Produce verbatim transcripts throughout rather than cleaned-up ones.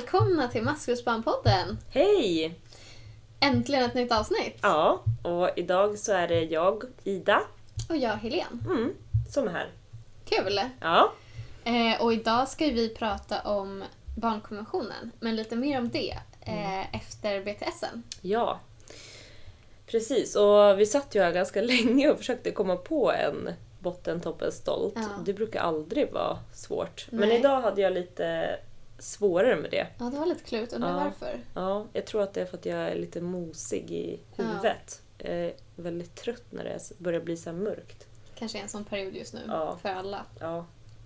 välkomna till Maskrosbarnpodden. Hej! Äntligen ett nytt avsnitt. Ja, och idag så är det jag, Ida. Och jag, Helene. Mm, som är här. Kul! Ja. Eh, och idag ska vi prata om barnkonventionen. Men lite mer om det eh, mm. efter B T S:en. Ja, precis. Och vi satt ju här ganska länge och försökte komma på en botten, toppen, stolt. Ja. Det brukar aldrig vara svårt. Nej. Men idag hade jag lite svårare med det. Ja, det var lite klurigt. Undrar ja. varför? Ja, jag tror att det är för att jag är lite mosig i huvudet. Ja. Jag är väldigt trött när det börjar bli så här mörkt. Kanske är en sån period just nu ja. för alla. Ja.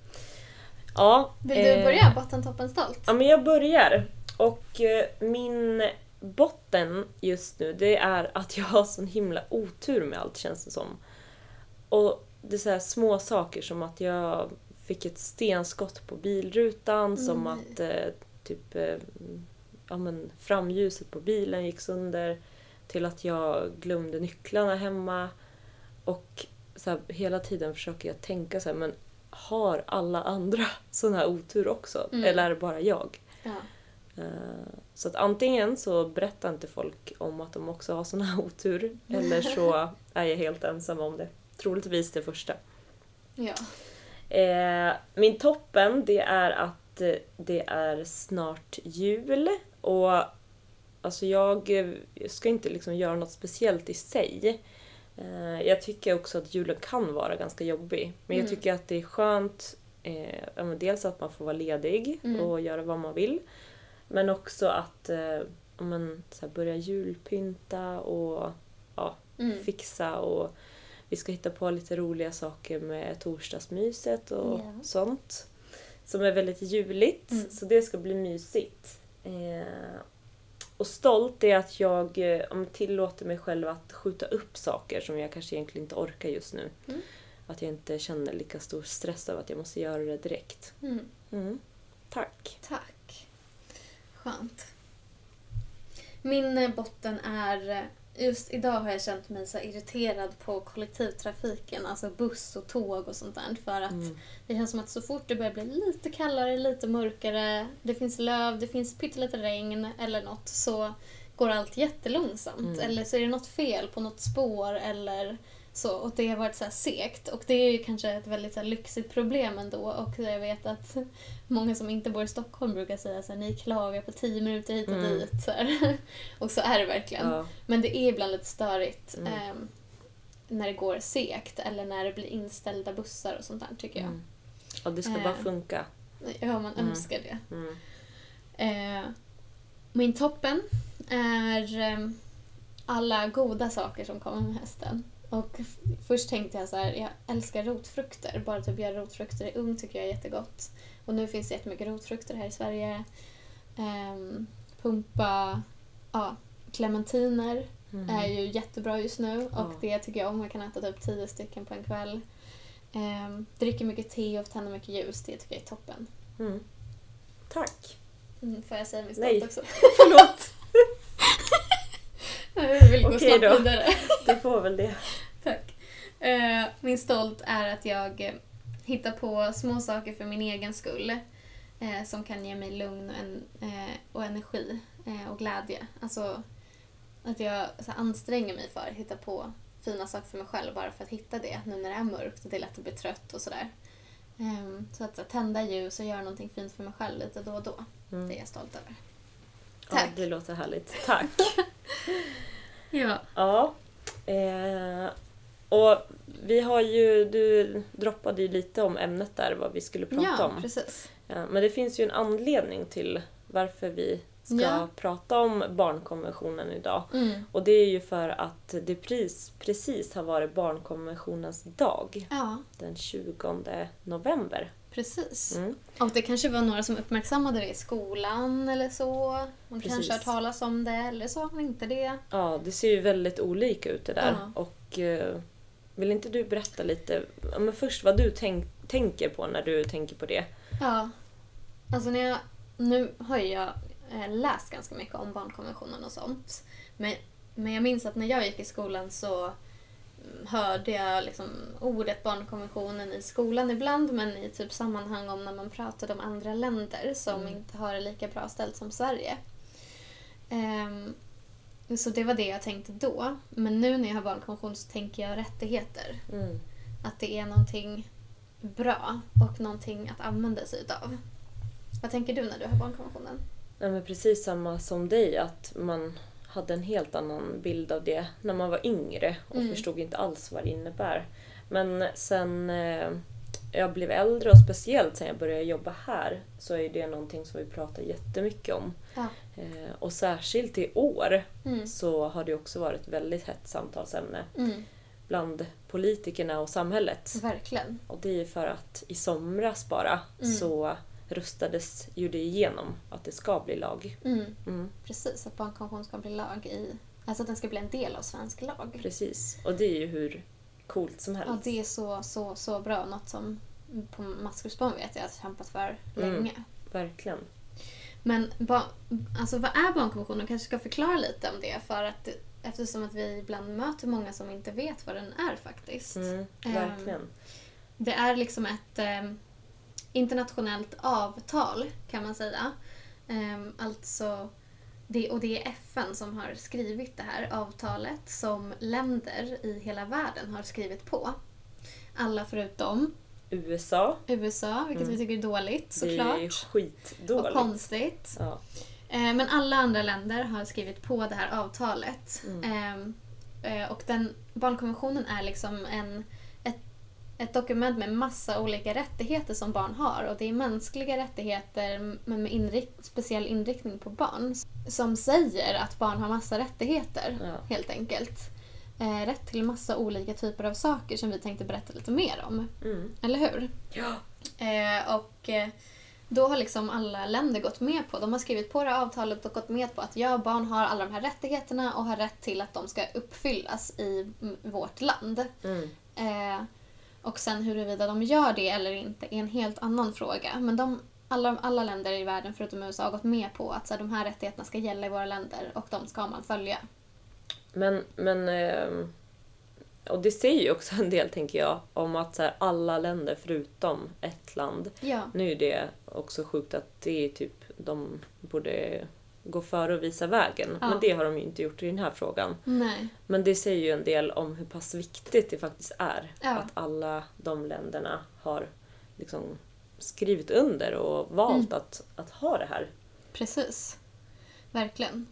Ja, Vill du börja? Eh, botten, toppen, stolt? Ja, men jag börjar. Och eh, min botten just nu, det är att jag har sån himla otur med allt, känns det som. Och det är så här små saker som att jag fick ett stenskott på bilrutan, mm. som att eh, typ eh, ja, men framljuset på bilen gick sönder, till att jag glömde nycklarna hemma. Och så här, hela tiden försöker jag tänka så här, men har alla andra sån här otur också? Mm. Eller är det bara jag? Ja. Så att antingen så berättar inte folk om att de också har sån här otur, eller så är jag helt ensam om det. Troligtvis det första. Ja. Eh, min toppen, det är att det är snart jul. Och alltså jag ska inte liksom göra något speciellt i sig. Eh, jag tycker också att julen kan vara ganska jobbig. Men jag tycker att det är skönt. Eh, dels att man får vara ledig mm. och göra vad man vill. Men också att eh, man, så här, börja julpynta och ja, mm. fixa. Och vi ska hitta på lite roliga saker med torsdagsmyset och yeah. sånt. Som är väldigt juligt. Mm. Så det ska bli mysigt. Eh, och stolt är att jag om tillåter mig själv att skjuta upp saker som jag kanske egentligen inte orkar just nu. Mm. Att jag inte känner lika stor stress av att jag måste göra det direkt. Mm. Mm. Tack. Tack. Skönt. Min botten är... Just idag har jag känt mig så irriterad på kollektivtrafiken, alltså buss och tåg och sånt där. För att mm. det känns som att så fort det börjar bli lite kallare, lite mörkare, det finns löv, det finns pyttelite regn eller något, så går allt jättelångsamt. Mm. Eller så är det något fel på något spår eller så. Och det har varit så här segt. Och det är ju kanske ett väldigt så här lyxigt problem ändå. Och jag vet att många som inte bor i Stockholm brukar säga att ni klagar på tio minuter hit och mm. dit. Så här. Och så är det verkligen. Ja. Men det är ibland lite störigt mm. eh, när det går segt. Eller när det blir inställda bussar och sånt där, tycker jag. Mm. Och det ska eh, bara funka. Ja, man mm. önskar det. Mm. Eh, min toppen är eh, alla goda saker som kommer med hösten. Och f- först tänkte jag så här, jag älskar rotfrukter. Bara typ göra rotfrukter i ugn tycker jag är jättegott. Och nu finns det jättemycket rotfrukter här i Sverige. Ehm, pumpa, ja, clementiner mm. är ju jättebra just nu. Och ja. det tycker jag om. Jag kan äta typ tio stycken på en kväll. Ehm, dricker mycket te och tänder mycket ljus. Det tycker jag är toppen. Mm. Tack. Mm, får jag säga min stolt också? Förlåt. Jag vill gå Okej snabbt då. vidare. Du får väl det. Tack. Uh, min stolt är att jag uh, hittar på små saker för min egen skull. Uh, som kan ge mig lugn och, en, uh, och energi uh, och glädje. Alltså att jag så här, anstränger mig för att hitta på fina saker för mig själv bara för att hitta det. Nu när det är mörkt och det är lätt att bli trött och sådär. Um, så att så, tända ljus och göra någonting fint för mig själv lite då och då. Mm. Det är jag stolt över. Tack. Ja, det låter härligt. Tack. Ja. Ja. Eh, och vi har ju, du droppade ju lite om ämnet där, vad vi skulle prata ja, om. Precis. Ja, men det finns ju en anledning till varför vi ska ja. prata om barnkonventionen idag. Mm. Och det är ju för att det precis, precis har varit barnkonventionens dag. Ja. Den tjugonde november. Precis. Mm. Och det kanske var några som uppmärksammade det i skolan eller så. Man Precis. kanske har talat om det eller så har man inte det. Ja, det ser ju väldigt olika ut det där. Ja. Och eh, vill inte du berätta lite, men först vad du tänk, tänker på när du tänker på det? Ja, alltså när jag, nu har jag eh, läst ganska mycket om barnkonventionen och sånt. Men, men jag minns att när jag gick i skolan så hörde jag liksom ordet barnkonventionen i skolan ibland, men i typ sammanhang om när man pratade om andra länder som Mm. inte har det lika bra ställt som Sverige. Um, så det var det jag tänkte då. Men nu när jag har barnkonvention så tänker jag rättigheter. Mm. Att det är någonting bra och någonting att använda sig utav. Vad tänker du när du har barnkonventionen? Ja, men precis samma som dig, att man hade en helt annan bild av det när man var yngre och Mm. förstod inte alls vad det innebär. Men sen eh, jag blev äldre och speciellt sen jag började jobba här så är det någonting som vi pratar jättemycket om. Ja. Eh, och särskilt i år Mm. så har det också varit ett väldigt hett samtalsämne Mm. bland politikerna och samhället. Verkligen. Och det är för att i somras bara Mm. så röstades ju det igenom att det ska bli lag. Mm. Mm, Precis, att barnkonvention ska bli lag i... Alltså att den ska bli en del av svensk lag. precis. Och det är ju hur coolt som helst. Ja, det är så, så, så bra. Något som på Maskrosbarn vet jag har kämpat för Mm. länge. Verkligen. Men ba, alltså, vad är barnkonventionen? Kanske ska förklara lite om det. För att, eftersom att vi ibland möter många som inte vet vad den är faktiskt. Mm, Ehm, verkligen. Det är liksom ett eh, internationellt avtal kan man säga. Ehm, alltså, det, och det är F N som har skrivit det här avtalet som länder i hela världen har skrivit på. Alla förutom U S A. U S A, vilket Mm. vi tycker är dåligt Det är ju såklart. Och skitdåligt. konstigt. Ja. Eh, Men alla andra länder har skrivit på det här avtalet. Mm. Ehm, eh, Och den, barnkonventionen är liksom en, ett, ett dokument med massa olika rättigheter som barn har. Och det är mänskliga rättigheter men med inrikt, speciell inriktning på barn. Som säger att barn har massa rättigheter, Ja. helt enkelt. Eh, rätt till massa olika typer av saker som vi tänkte berätta lite mer om. Mm. Eller hur? Ja. Eh, och eh, då har liksom alla länder gått med på, de har skrivit på det här avtalet och gått med på att ja, barn har alla de här rättigheterna och har rätt till att de ska uppfyllas i mm, vårt land. Mm. Eh, och sen huruvida de gör det eller inte är en helt annan fråga. Men de, alla, alla länder i världen förutom U S A har gått med på att så här, de här rättigheterna ska gälla i våra länder och de ska man följa. Men, men ehm, och det säger ju också en del, tänker jag, om att så här, alla länder förutom ett land. Ja. Nu är det också sjukt att det är typ, de borde gå före och visa vägen. Ja. Men det har de ju inte gjort i den här frågan. Nej. Men det säger ju en del om hur pass viktigt det faktiskt är. Ja. Att alla de länderna har liksom skrivit under och valt Mm. att, att ha det här. Precis. Verkligen.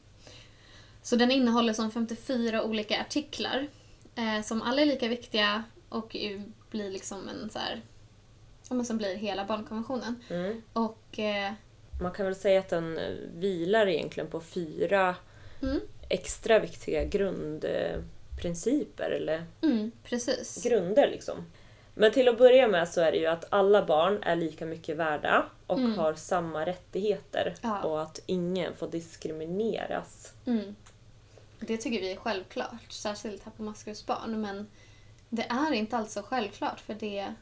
Så den innehåller som femtiofyra olika artiklar eh, som alla är lika viktiga och ju blir liksom en så här, ja, men som blir hela barnkonventionen. Mm. Och eh, Man kan väl säga att den eh, vilar egentligen på fyra mm, extra viktiga grundprinciper eller mm, precis. grunder liksom. Men till att börja med så är det ju att alla barn är lika mycket värda och Mm. har samma rättigheter Ja. och att ingen får diskrimineras. Mm. Det tycker vi är självklart, särskilt här på Maskrosbarn, men det är inte alls så självklart för det,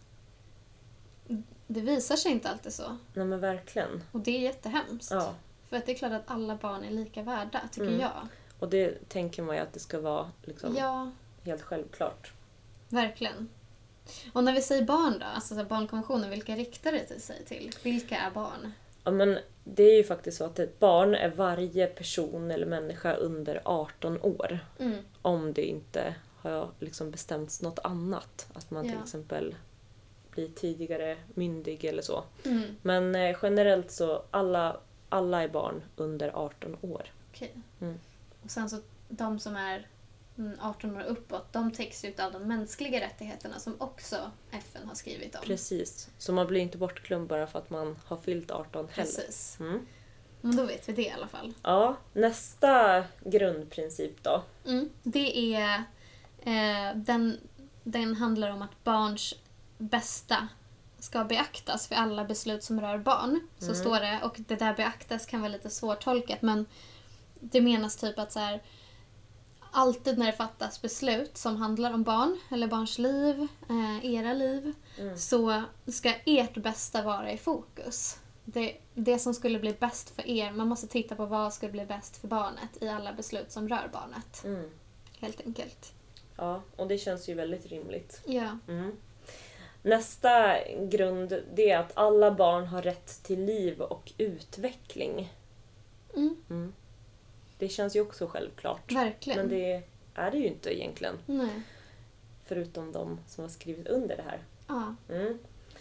det visar sig inte alltid så. Nej men verkligen. Och det är jättehemskt. Ja. För att det är klart att alla barn är lika värda, tycker Mm. jag. Och det tänker man ju att det ska vara liksom Ja, helt självklart. verkligen. Och när vi säger barn då, alltså så här, barnkonventionen, vilka riktar det sig till? Vilka är barn? Ja, men det är ju faktiskt så att ett barn är varje person eller människa under arton år. Mm. Om det inte har liksom bestämts något annat. Att man till Ja. exempel blir tidigare myndig eller så. Mm. Men eh, generellt så alla, alla är barn under arton år. Okej. Mm. Och sen så de som är mm, arton år uppåt, de täcks ut av de mänskliga rättigheterna som också F N har skrivit om. Precis. Så man blir inte bortglömd bara för att man har fyllt arton heller. Precis. Mm. Men då vet vi det i alla fall. Ja, nästa grundprincip då. Mm. Det är eh, den, den handlar om att barns bästa ska beaktas för alla beslut som rör barn. Så Mm. står det, och det där beaktas kan vara lite svårtolkat, men det menas typ att så här, alltid när det fattas beslut som handlar om barn eller barns liv, eh, era liv, Mm. så ska ert bästa vara i fokus. Det, det som skulle bli bäst för er, man måste titta på vad skulle bli bäst för barnet i alla beslut som rör barnet. Mm. Helt enkelt. Ja, och det känns ju väldigt rimligt. Ja. Mm. Nästa grund, det är att alla barn har rätt till liv och utveckling. Mm. Mm. Det känns ju också självklart. Verkligen. Men det är det ju inte egentligen. Nej. Förutom de som har skrivit under det här. Ja. Mm.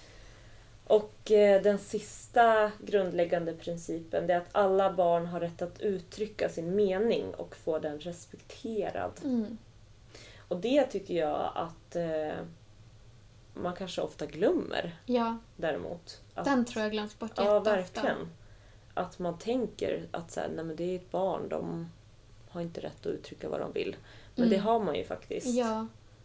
Och eh, den sista grundläggande principen, det är att alla barn har rätt att uttrycka sin mening och få den respekterad. Mm. Och det tycker jag att eh, man kanske ofta glömmer Ja, däremot. Att, den tror jag glöms bort Ja, jätteofta. verkligen. Att man tänker att så här, nej, men det är ett barn, de har inte rätt att uttrycka vad de vill. Men Mm. det har man ju faktiskt. Ja,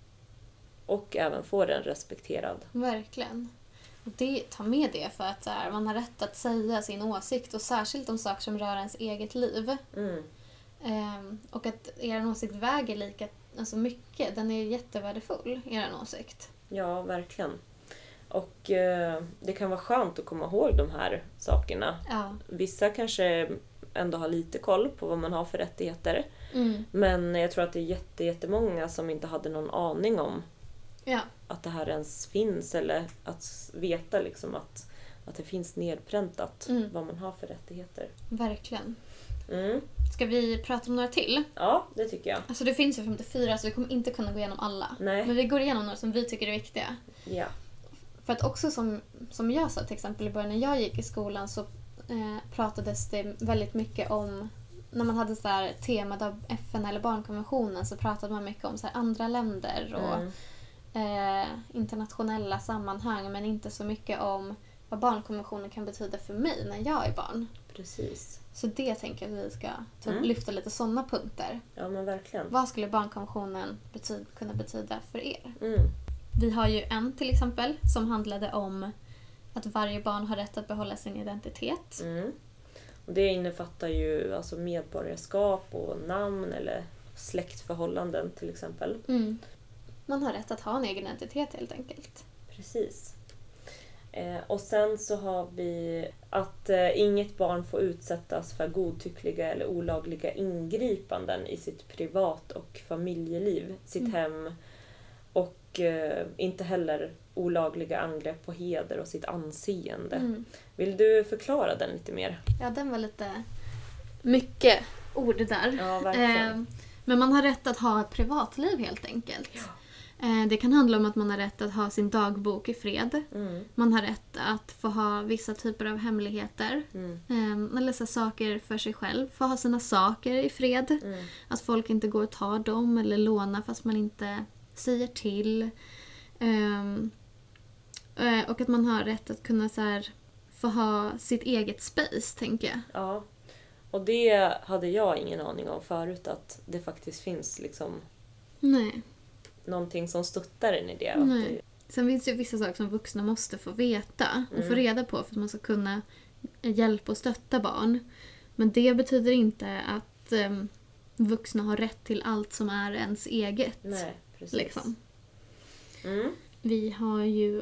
Och även få den respekterad. verkligen. Och det, ta med det för att så här, man har rätt att säga sin åsikt och särskilt om saker som rör ens eget liv. Mm. Ehm, och att er åsikt väger lika alltså mycket. Den är jättevärdefull, er åsikt. Ja, verkligen. Och eh, det kan vara skönt att komma ihåg de här sakerna. Ja. Vissa kanske ändå har lite koll på vad man har för rättigheter. Mm. Men jag tror att det är jätte, jättemånga som inte hade någon aning om Ja. att det här ens finns. Eller att veta liksom att, att det finns nedpräntat Mm. vad man har för rättigheter. Verkligen. Mm. Ska vi prata om några till? Ja, det tycker jag. Alltså det finns ju femtiofyra så vi kommer inte kunna gå igenom alla. Nej. Men vi går igenom några som vi tycker är viktiga. Ja. För att också som, som jag sa till exempel i början när jag gick i skolan så eh, pratades det väldigt mycket om när man hade så här temat av F N eller barnkonventionen så pratade man mycket om så här andra länder och Mm. eh, internationella sammanhang men inte så mycket om vad barnkonventionen kan betyda för mig när jag är barn. Precis. Så det tänker jag att vi ska ta, Mm. lyfta lite sådana punkter. Ja, men verkligen. Vad skulle barnkonventionen bety- kunna betyda för er? Mm. Vi har ju en till exempel som handlade om att varje barn har rätt att behålla sin identitet. Mm. Och det innefattar ju alltså medborgarskap och namn eller släktförhållanden till exempel. Mm. Man har rätt att ha en egen identitet helt enkelt. Precis. Eh, och sen så har vi att eh, inget barn får utsättas för godtyckliga eller olagliga ingripanden i sitt privat- och familjeliv, sitt Mm. hem och eh, inte heller olagliga angrepp på heder och sitt anseende. Mm. Vill du förklara den lite mer? Ja, den var lite mycket ord där. Ja, verkligen. Eh, men man har rätt att ha ett privatliv helt enkelt. Ja. Eh, det kan handla om att man har rätt att ha sin dagbok i fred. Mm. Man har rätt att få ha vissa typer av hemligheter. Mm. Eh, eller så saker för sig själv. Få ha sina saker i fred. Mm. Att folk inte går och tar dem eller lånar fast man inte säger till. Um, och att man har rätt att kunna så här, få ha sitt eget space, tänker jag. Ja, och det hade jag ingen aning om förut att det faktiskt finns liksom Nej. någonting som stöttar en i det. Nej. Sen finns det ju vissa saker som vuxna måste få veta och Mm. få reda på för att man ska kunna hjälpa och stötta barn. Men det betyder inte att um, vuxna har rätt till allt som är ens eget. Nej, precis. Liksom. Mm. Vi har ju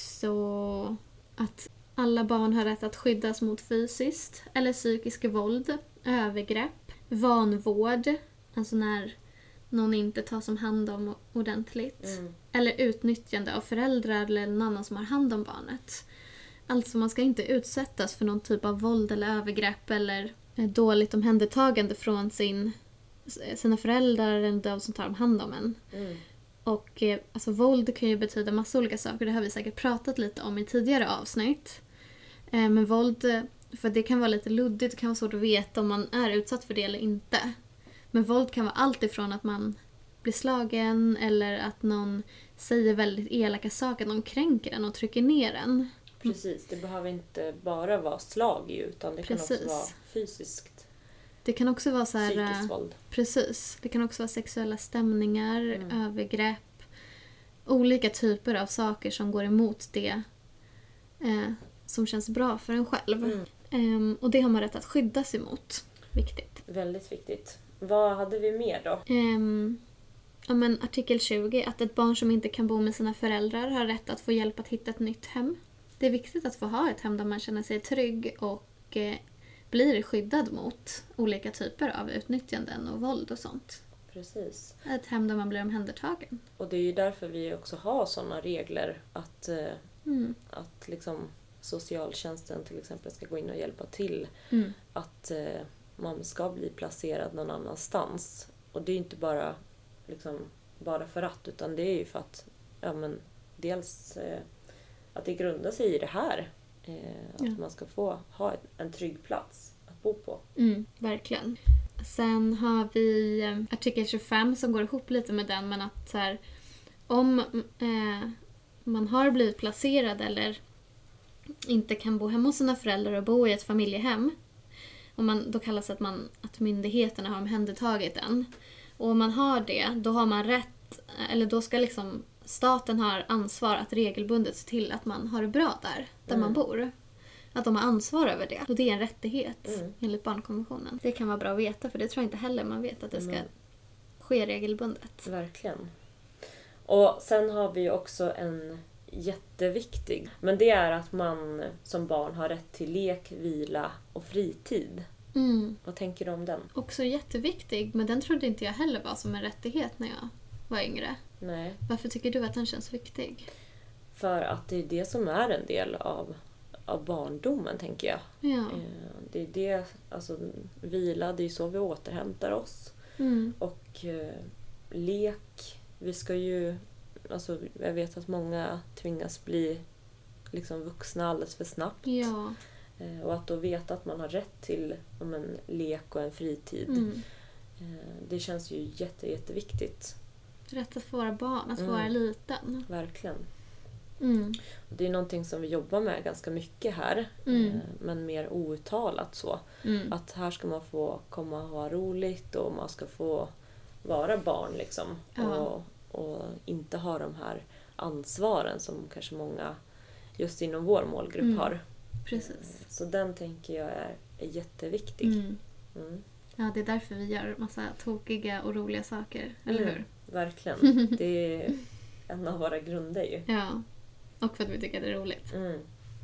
också att alla barn har rätt att skyddas mot fysiskt eller psykiskt våld, övergrepp, vanvård, alltså när någon inte tas om hand om ordentligt, Mm. eller utnyttjande av föräldrar eller någon annan som har hand om barnet. Alltså man ska inte utsättas för någon typ av våld eller övergrepp eller dåligt omhändertagande från sin, sina föräldrar eller de som tar om hand om en. Mm. Och eh, alltså, våld kan ju betyda massa olika saker. Det har vi säkert pratat lite om i tidigare avsnitt. Eh, men våld, eh, för det kan vara lite luddigt. Det kan vara svårt att veta om man är utsatt för det eller inte. Men våld kan vara allt ifrån att man blir slagen eller att någon säger väldigt elaka saker. Att någon kränker en och trycker ner en. Precis, det behöver inte bara vara slag ju, utan det kan Precis. också vara fysiskt, Det kan också vara så här... psykiskt våld. Precis. Det kan också vara sexuella stämningar, Mm. övergrepp. Olika typer av saker som går emot det eh, som känns bra för en själv. Mm. Ehm, och det har man rätt att skyddas emot. Viktigt. Väldigt viktigt. Vad hade vi mer då? Ehm, ja, men artikel tjugo, att ett barn som inte kan bo med sina föräldrar har rätt att få hjälp att hitta ett nytt hem. Det är viktigt att få ha ett hem där man känner sig trygg och eh, blir skyddad mot olika typer av utnyttjanden och våld och sånt. precis. Ett hem där man blir omhändertagen. Och det är ju därför vi också har sådana regler att, eh, Mm. att liksom socialtjänsten till exempel ska gå in och hjälpa till. Mm. Att eh, man ska bli placerad någon annanstans. Och det är inte bara, liksom, bara för att, utan det är ju för att ja, men, dels eh, att det grundar sig i det här. Eh, att Ja. man ska få ha ett, en trygg plats att bo på. Mm, verkligen. Sen har vi eh, artikel tjugofem som går ihop lite med den, men att så här, om eh, man har blivit placerad eller inte kan bo hemma hos sina föräldrar och bo i ett familjehem, och man, då kallas det att, man, att myndigheterna har omhändertagit en. Och om man har det, då har man rätt, eller då ska liksom staten ha ansvar att regelbundet se till att man har det bra där, där Mm. man bor. Att de har ansvar över det. Och det är en rättighet Mm. enligt barnkonventionen. Det kan vara bra att veta, för det tror jag inte heller man vet att det ska Mm. ske regelbundet. Verkligen. Och sen har vi ju också en jätteviktig. Men det är att man som barn har rätt till lek, vila och fritid. Mm. Vad tänker du om den? Också jätteviktig, men den trodde inte jag heller var som en rättighet när jag var yngre. Nej, Varför tycker du att den känns viktig? för att det är det som är en del av, av barndomen, tänker jag. Ja. Eh, Det är det, alltså vila, det är så vi återhämtar oss. Mm. Och eh, lek, vi ska ju, alltså jag vet att många tvingas bli liksom vuxna alldeles för snabbt. Ja. Eh, och att då veta att man har rätt till om en lek och en fritid. Mm. Eh, det känns ju jätte, jätteviktigt. Rätt att få vara barn, att få Mm. vara liten. Verkligen. Mm. Det är någonting som vi jobbar med ganska mycket här. Mm. Eh, men mer outtalat så. Mm. Att här ska man få komma och ha roligt och man ska få vara barn liksom. Ja. Och, och inte ha de här ansvaren som kanske många just inom vår målgrupp Mm. har. Precis. Så den tänker jag är, är jätteviktig. Mm. Mm. Ja, det är därför vi gör massa tokiga och roliga saker, eller Mm. hur? Verkligen. Det är en av våra grunder ju. Ja. Och för att vi tycker att det är roligt. Mm.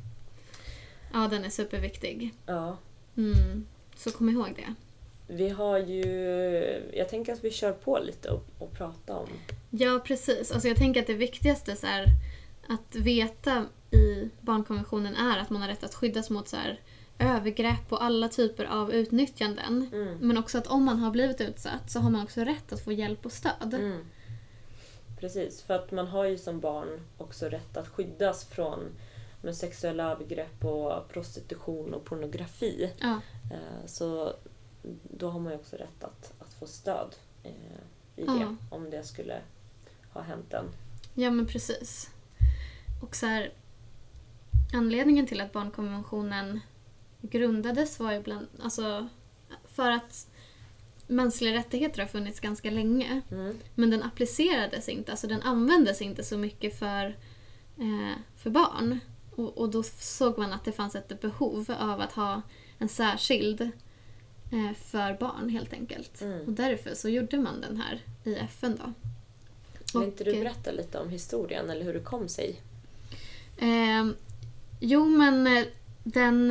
Ja, den är superviktig. Ja. Mm. Så kom ihåg det. Vi har ju... Jag tänker att vi kör på lite och, och pratar om... Ja, precis. Alltså jag tänker att det viktigaste så här, att veta i barnkonventionen är att man har rätt att skyddas mot så här, övergrepp och alla typer av utnyttjanden. Mm. Men också att om man har blivit utsatt så har man också rätt att få hjälp och stöd. Mm. Precis, för att man har ju som barn också rätt att skyddas från med sexuella övergrepp och prostitution och pornografi. Ja. Eh, Så då har man ju också rätt att, att få stöd eh, i Ja. det, om det skulle ha hänt en. Ja, men precis. Och så här, anledningen till att barnkonventionen grundades var ju bland, alltså, för att mänskliga rättigheter har funnits ganska länge. Mm. Men den applicerades inte, alltså den användes inte så mycket för, eh, för barn. Och, och då såg man att det fanns ett behov av att ha en särskild eh, för barn helt enkelt. Mm. Och därför så gjorde man den här i F N då. Vill inte du Och, eh, berätta lite om historien eller hur det kom sig? Eh, jo, men eh, den...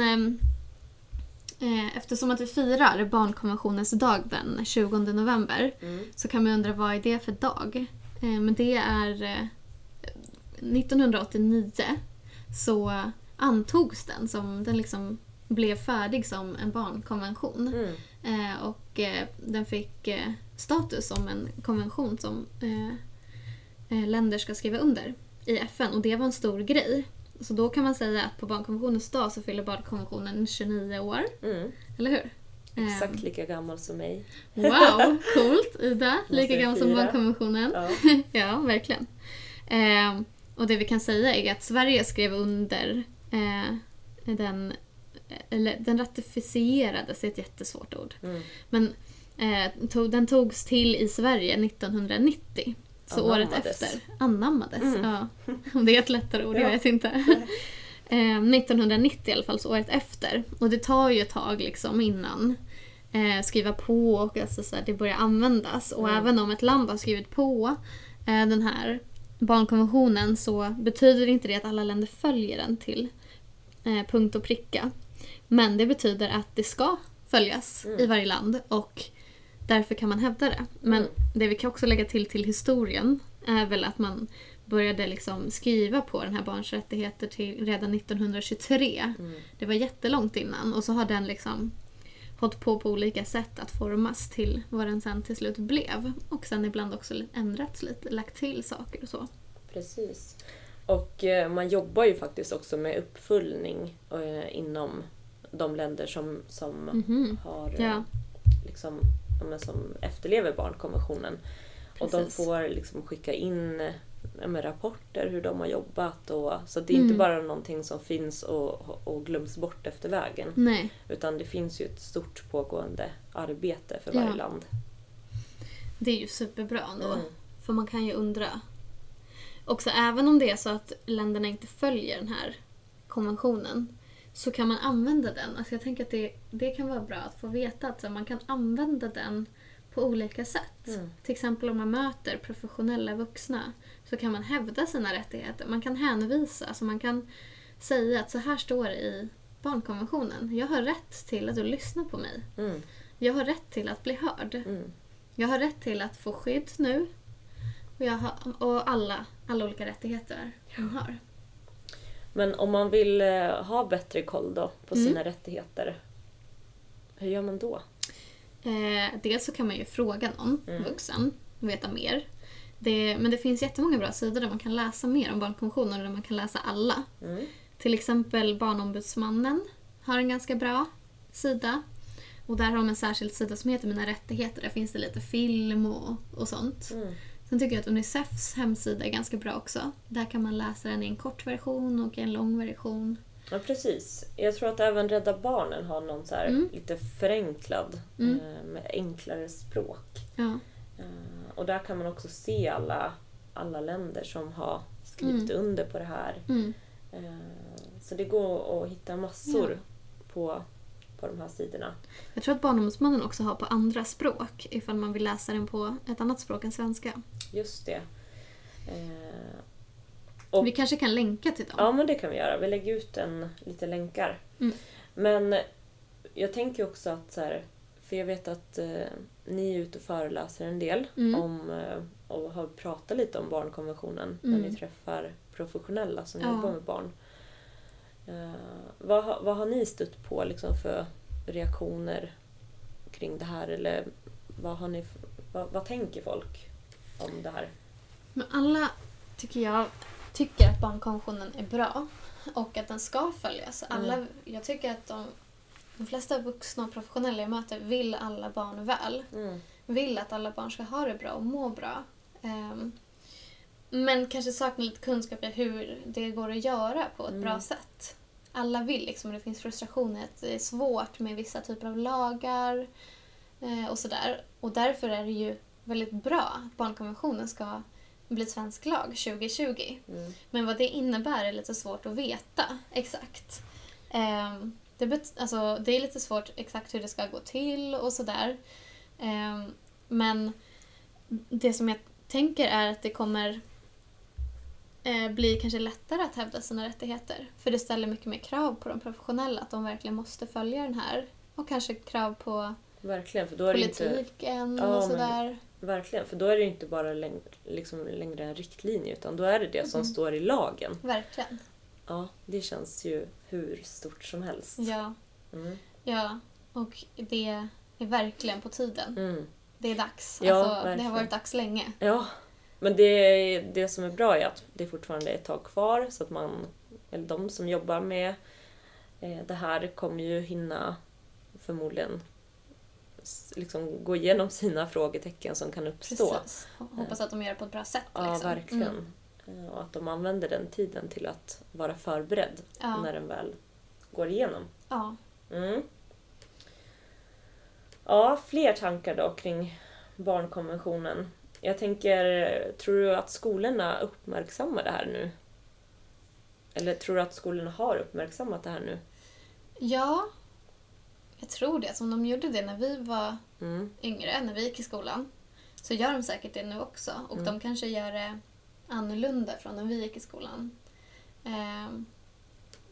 Eh, eftersom att vi firar barnkonventionens dag den tjugonde november Mm. så kan man undra vad är det för dag? Eh, men det är... Eh, nittonhundraåttionio så antogs den som den liksom blev färdig som en barnkonvention. Mm. Eh, och eh, den fick eh, status som en konvention som eh, eh, länder ska skriva under i F N. Och det var en stor grej. Så då kan man säga att på barnkonventionens dag så fyller barnkonventionen tjugonio år. Mm. Eller hur? Eh, Exakt lika gammal som mig. Wow, coolt Ida. Lika vi gammal som fira. barnkonventionen. Ja. Ja, verkligen. Eh, och det vi kan säga är att Sverige skrev under eh, den, eller den ratificerades, är ett jättesvårt ord. Mm. Men eh, tog, den togs till i Sverige nittonhundranittio. Så året Anammades. efter. Anammades. Mm. Ja. Om det är ett lättare ord, jag Ja. vet inte. eh, nittonhundranittio i alla fall, så året efter. Och det tar ju ett tag liksom innan eh, skriva på och alltså, så här, det börjar användas. Och Mm. även om ett land har skrivit på eh, den här barnkonventionen så betyder inte det att alla länder följer den till eh, punkt och pricka. Men det betyder att det ska följas Mm. i varje land och därför kan man hävda det. Men Mm. det vi kan också lägga till till historien är väl att man började liksom skriva på den här barns rättigheter till redan nittonhundratjugotre. Mm. Det var jättelångt innan och så har den liksom hållit på på olika sätt att formas till vad den sen till slut blev. Och sen ibland också ändrats lite, lagt till saker och så. Precis. Och eh, man jobbar ju faktiskt också med uppföljning eh, inom de länder som, som Mhm. har eh, Ja. liksom, ja, men som efterlever barnkonventionen. Och de Precis. får liksom skicka in ja, men rapporter hur de har jobbat. Och, så det är inte Mm. bara någonting som finns och, och glöms bort efter vägen. Nej. Utan det finns ju ett stort pågående arbete för Ja. varje land. Det är ju superbra ändå. Mm. För man kan ju undra. Också även om det är så att länderna inte följer den här konventionen så kan man använda den. Alltså jag tänker att det, det kan vara bra att få veta att så man kan använda den på olika sätt. Mm. Till exempel om man möter professionella vuxna så kan man hävda sina rättigheter. Man kan hänvisa, alltså man kan säga att så här står det i barnkonventionen. Jag har rätt till att du lyssnar på mig. Mm. Jag har rätt till att bli hörd. Mm. Jag har rätt till att få skydd nu. Och, jag har, och alla, alla olika rättigheter man har. Men om man vill eh, ha bättre koll då på Mm. sina rättigheter, hur gör man då? Eh, dels så kan man ju fråga någon Mm. vuxen och veta mer. Det, men det finns jättemånga bra sidor där man kan läsa mer om barnkonventionen och där man kan läsa alla. Mm. Till exempel Barnombudsmannen har en ganska bra sida. Och där har de en särskild sida som heter Mina rättigheter. Där finns det lite film och, och sånt. Mm. Sen tycker jag att Unicefs hemsida är ganska bra också. Där kan man läsa den i en kort version och i en lång version. Ja, precis. Jag tror att även Rädda Barnen har någon så här Mm. lite förenklad Mm. eh, med enklare språk. Ja. Eh, och där kan man också se alla, alla länder som har skrivit Mm. under på det här. Mm. Eh, så det går att hitta massor Ja. på, på de här sidorna. Jag tror att Barnombudsmannen också har på andra språk ifall man vill läsa den på ett annat språk än svenska. Just det. Eh, och Vi kanske kan länka till dem. Ja, men det kan vi göra. Vi lägger ut en, lite länkar. Mm. Men jag tänker också att så här, för jag vet att eh, ni är ute och föreläser en del Mm. om eh, och har pratat lite om barnkonventionen Mm. när ni träffar professionella som Ja. jobbar med barn. Eh, vad, har- vad har ni stött på liksom för reaktioner kring det här? Eller vad, har ni, f- vad, vad tänker folk om det här? Men alla, tycker jag, tycker att barnkonventionen är bra och att den ska följas. Alla, Mm. Jag tycker att de, de flesta vuxna och professionella jag möter vill alla barn väl. Mm. Vill att alla barn ska ha det bra och må bra. Ehm, men kanske saknar lite kunskap i hur det går att göra på ett Mm. bra sätt. Alla vill liksom, det finns frustrationer att det är svårt med vissa typer av lagar eh, och sådär. Och därför är det ju väldigt bra att barnkonventionen ska bli svensk lag tjugo-tjugo. Mm. Men vad det innebär är lite svårt att veta exakt. Ehm, det, bet- alltså, det är lite svårt exakt hur det ska gå till och sådär. Ehm, men det som jag tänker är att det kommer eh, bli kanske lättare att hävda sina rättigheter. För det ställer mycket mer krav på de professionella att de verkligen måste följa den här. Och kanske krav på Verkligen, för då är det inte... politiken Ja, och men- sådär. Verkligen, för då är det inte bara läng- liksom längre en riktlinje utan då är det det som Mhm. står i lagen. Verkligen. Ja, det känns ju hur stort som helst. Ja, Mm. ja. Och det är verkligen på tiden. Mm. Det är dags. Ja, alltså, det verkligen. har varit dags länge. Ja, men det, det som är bra är att det fortfarande är ett tag kvar så att man, eller de som jobbar med eh, det här kommer ju hinna förmodligen s- liksom gå igenom sina frågetecken som kan uppstå. Precis. Hoppas att de gör det på ett bra sätt. Ja, liksom. verkligen. Mm. Eh, Och att de använder den tiden till att vara förberedd Ja. när den väl går igenom. Ja. Mm. Ja, fler tankar då kring barnkonventionen. Jag tänker, tror du att skolorna uppmärksammar det här nu? Eller tror du att skolorna har uppmärksammat det här nu? ja, jag tror det. Som de gjorde det när vi var Mm. yngre, när vi gick i skolan. Så gör de säkert det nu också. Och Mm. de kanske gör det annorlunda från när vi gick i skolan. Ehm,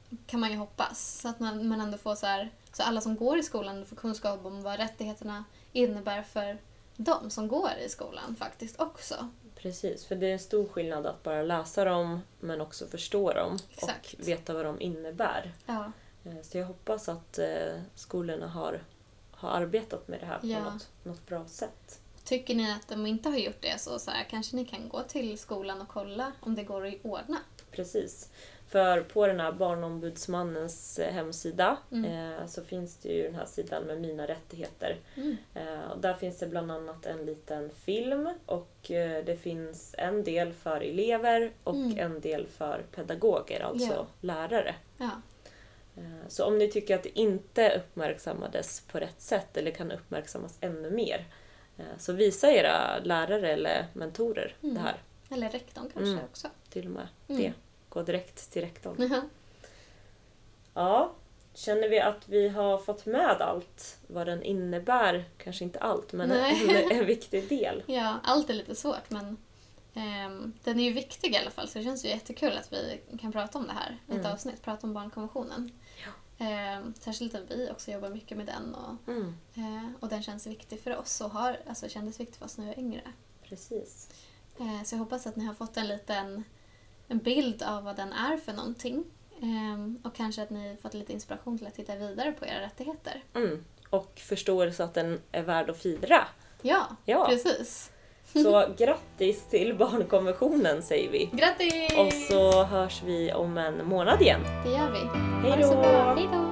kan man ju hoppas. Så att man, man ändå får så här, så alla som går i skolan får kunskap om vad rättigheterna innebär för de som går i skolan faktiskt också. Precis, för det är en stor skillnad att bara läsa dem men också förstå dem. Exakt. Och veta vad de innebär. Ja. Så jag hoppas att skolorna har, har arbetat med det här på Ja. något, något bra sätt. Tycker ni att de inte har gjort det så, så här, kanske ni kan gå till skolan och kolla om det går att ordna. Precis. För på den här barnombudsmannens hemsida Mm. eh, så finns det ju den här sidan med mina rättigheter. Mm. Eh, och där finns det bland annat en liten film och eh, det finns en del för elever och Mm. en del för pedagoger, alltså Ja. lärare. Ja. Eh, så om ni tycker att det inte uppmärksammades på rätt sätt eller kan uppmärksammas ännu mer eh, så visa era lärare eller mentorer Mm. det här. Eller rektorn kanske Mm. också. Till och med Mm. det. Gå direkt till rektorn. Ja. Ja, känner vi att vi har fått med allt vad den innebär? Kanske inte allt, men Nej. en, en viktig del. Ja, allt är lite svårt men ehm, den är ju viktig i alla fall så det känns ju jättekul att vi kan prata om det här i ett Mm. avsnitt, prata om barnkonventionen. Ja. Ehm, särskilt att vi också jobbar mycket med den och, Mm, eh, och den känns viktig för oss och har, alltså, kändes viktig för oss när vi var yngre. precis. Eh, så jag hoppas att ni har fått en liten en bild av vad den är för någonting. Ehm, och kanske att ni fått lite inspiration till att titta vidare på era rättigheter. Mm. Och förståelse att den är värd att fira. Ja, Ja. precis. Så grattis till barnkonventionen säger vi. Grattis! Och så hörs vi om en månad igen. Det gör vi. Hej Ha det så då! bra. Hej då!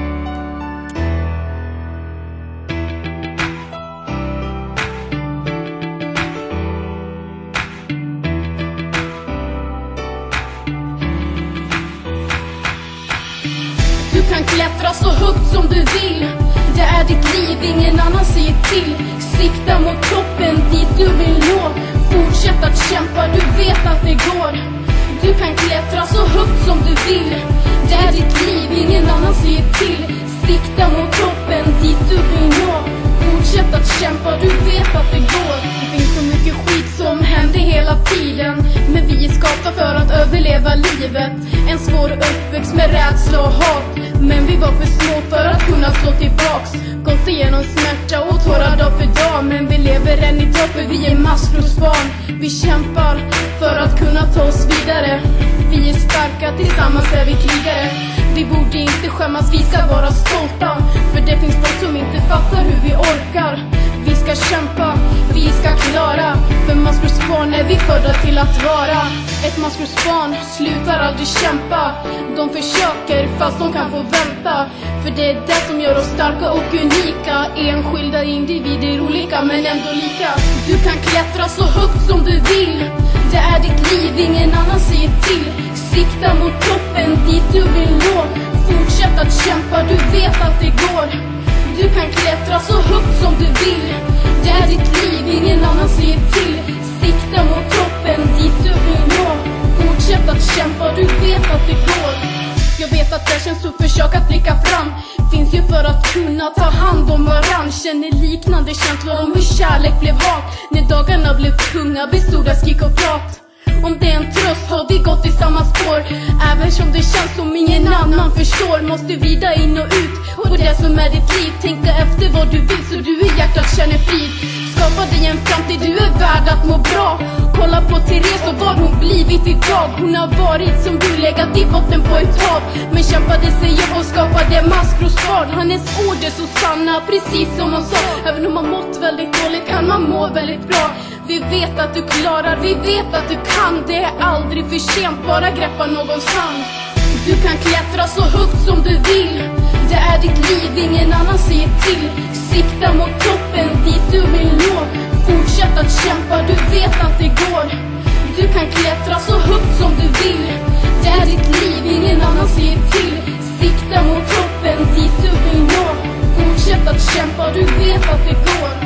Du kan klättra så högt som du vill. Det är ditt liv, ingen annan säger till. Sikta mot toppen, dit du vill nå. Fortsätt att kämpa, du vet att det går. Du kan klättra så högt som du vill. Det är ditt liv, ingen annan säger till. Sikta mot toppen, dit du vill nå. Fortsätt att kämpa, du vet att det går. Det finns så mycket skit som händer hela tiden. Men vi är skapta för att överleva livet. En svår uppväxt med rädsla och hat. Men vi var för små för att kunna slå tillbaks. Gått igenom smärta och tårar dag för dag. Men vi lever än idag för vi är maskrosbarn. Vi kämpar för att kunna ta oss vidare. Vi är starka, tillsammans är vi krigare. Vi borde inte skämmas, vi ska vara stolta. För det finns folk som inte fattar hur vi orkar. Vi ska kämpa, vi ska klara. För maskrosbarn är vi födda till att vara. Ett maskrosbarn slutar aldrig kämpa. De försöker fast de kan få vänta. För det är det som gör oss starka och unika. Enskilda individer olika men ändå lika. Du kan klättra så högt som du vill. Det är ditt liv, ingen annan säger till. Sikta mot toppen, dit du vill nå. Fortsätt att kämpa, du vet att det går. Du kan klättra så högt som du vill. Det är ditt liv, ingen annan säger till. Sikta mot toppen, dit du vill nå. Fortsätt att kämpa, du vet att det går. Jag vet att det känns tufft, försök att blicka fram. Finns ju för att kunna ta hand om varann. Känner liknande känslor om hur kärlek blev hat. När dagarna blev tunga bestod av skrik och prat. Om det är en tröst har vi gått i samma spår. Även som det känns som ingen annan förstår. Måste vrida in och ut på det som är ditt liv. Tänk dig efter vad du vill så du i hjärtat känner frid. Skapa dig en framtid, du är värd att må bra. Kolla på Therese och vad hon blivit idag. Hon har varit som du, legat i botten på ett hav. Men kämpade sig upp och skapade maskrosbarn. Hennes ord är så sanna, precis som hon sa. Även om man mått väldigt dåligt kan man må väldigt bra. Vi vet att du klarar, vi vet att du kan. Det är aldrig för sent, bara greppa någons hand. Du kan klättra så högt som du vill. Det är ditt liv, ingen annan säger till. Sikta mot toppen, dit du vill nå. Fortsätt att kämpa, du vet att det går. Du kan klättra så högt som du vill. Det är ditt liv, ingen annan säger till. Sikta mot toppen, dit du vill nå. Fortsätt att kämpa, du vet att det går.